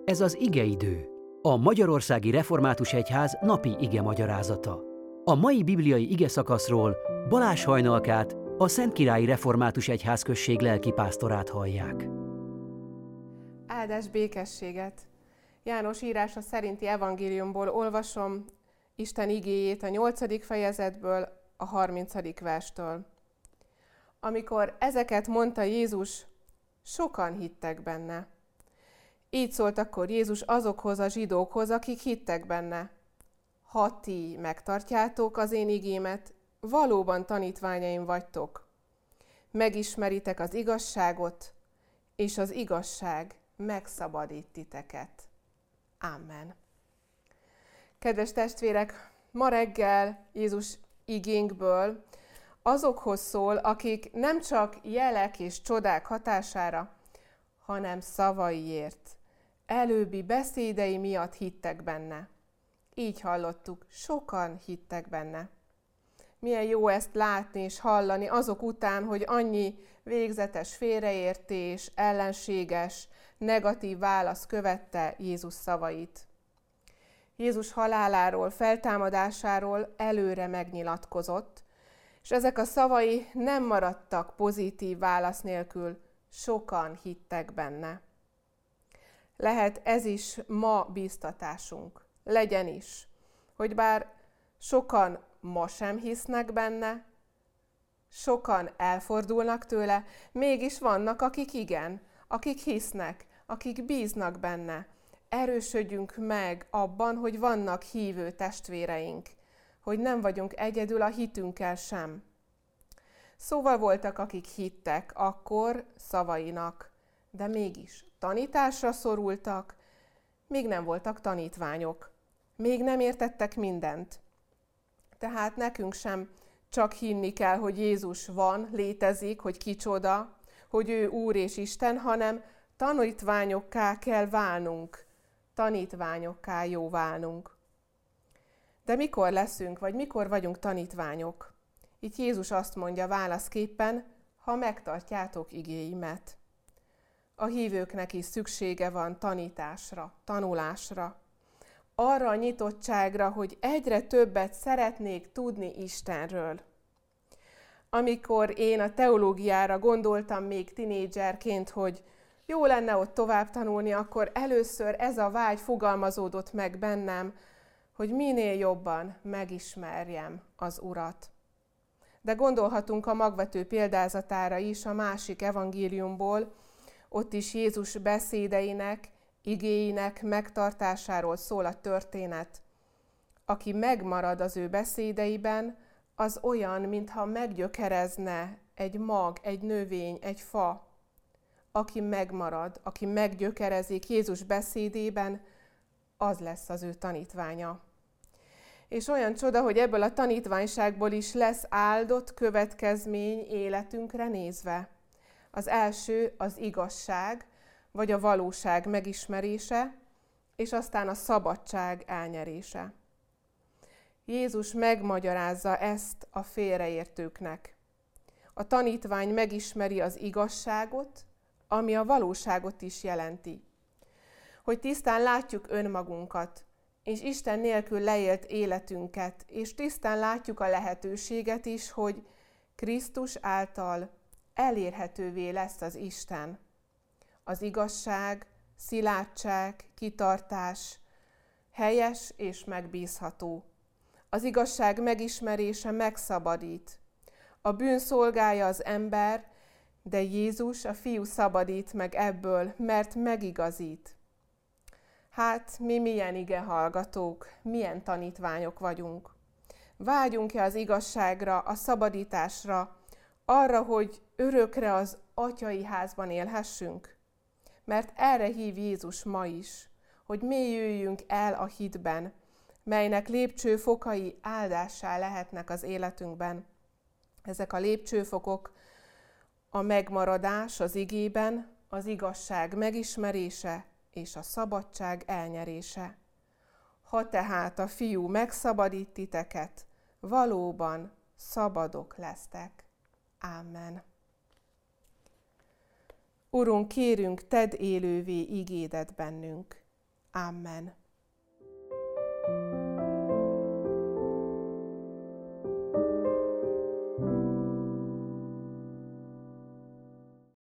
Ez az igeidő, a Magyarországi Református Egyház napi igemagyarázata. A mai bibliai igeszakaszról Balázs Hajnalkát, a Szentkirályi Református Egyházközség lelkipásztorát hallják. Áldás békességet! János írása szerinti evangéliumból olvasom Isten igéjét a 8. fejezetből, a 30. verstől. Amikor ezeket mondta Jézus, sokan hittek benne. Így szólt akkor Jézus azokhoz a zsidókhoz, akik hittek benne. Ha ti megtartjátok az én igémet, valóban tanítványaim vagytok. Megismeritek az igazságot, és az igazság megszabadít titeket. Amen. Kedves testvérek, ma reggel Jézus igénkből azokhoz szól, akik nem csak jelek és csodák hatására, hanem szavaiért, előbbi beszédei miatt hittek benne. Így hallottuk, sokan hittek benne. Milyen jó ezt látni és hallani azok után, hogy annyi végzetes félreértés, ellenséges, negatív válasz követte Jézus szavait. Jézus haláláról, feltámadásáról előre megnyilatkozott, és ezek a szavai nem maradtak pozitív válasz nélkül, sokan hittek benne. Lehet ez is ma bíztatásunk, legyen is, hogy bár sokan ma sem hisznek benne, sokan elfordulnak tőle, mégis vannak, akik igen, akik hisznek, akik bíznak benne. Erősödjünk meg abban, hogy vannak hívő testvéreink, hogy nem vagyunk egyedül a hitünkkel sem. Szóval voltak, akik hittek akkor szavainak, de mégis tanításra szorultak, még nem voltak tanítványok, még nem értettek mindent. Tehát nekünk sem csak hinni kell, hogy Jézus van, létezik, hogy kicsoda, hogy ő Úr és Isten, hanem tanítványokká kell válnunk, tanítványokká jó válnunk. De mikor leszünk, vagy mikor vagyunk tanítványok? Itt Jézus azt mondja válaszképpen, ha megtartjátok igéimet. A hívőknek is szüksége van tanításra, tanulásra. Arra a nyitottságra, hogy egyre többet szeretnék tudni Istenről. Amikor én a teológiára gondoltam még tinédzserként, hogy jó lenne ott tovább tanulni, akkor először ez a vágy fogalmazódott meg bennem, hogy minél jobban megismerjem az Urat. De gondolhatunk a magvető példázatára is a másik evangéliumból, ott is Jézus beszédeinek, igéinek megtartásáról szól a történet. Aki megmarad az ő beszédeiben, az olyan, mintha meggyökerezne egy mag, egy növény, egy fa. Aki megmarad, aki meggyökerezik Jézus beszédében, az lesz az ő tanítványa. És olyan csoda, hogy ebből a tanítványságból is lesz áldott következmény életünkre nézve. Az első az igazság, vagy a valóság megismerése, és aztán a szabadság elnyerése. Jézus megmagyarázza ezt a félreértőknek. A tanítvány megismeri az igazságot, ami a valóságot is jelenti. Hogy tisztán látjuk önmagunkat, és Isten nélkül leélt életünket, és tisztán látjuk a lehetőséget is, hogy Krisztus által elérhetővé lesz az Isten. Az igazság, szilárdság, kitartás, helyes és megbízható. Az igazság megismerése megszabadít. A bűn szolgálja az ember, de Jézus, a Fiú szabadít meg ebből, mert megigazít. Hát, mi milyen ige hallgatók, milyen tanítványok vagyunk. Vágyunk-e az igazságra, a szabadításra, arra, hogy örökre az atyai házban élhessünk? Mert erre hív Jézus ma is, hogy mélyüljünk el a hitben, melynek lépcsőfokai áldássá lehetnek az életünkben. Ezek a lépcsőfokok a megmaradás az igében, az igazság megismerése és a szabadság elnyerése. Ha tehát a Fiú megszabadít titeket, valóban szabadok lesztek. Amen. Urunk, kérünk, tedd élővé igédet bennünk. Amen.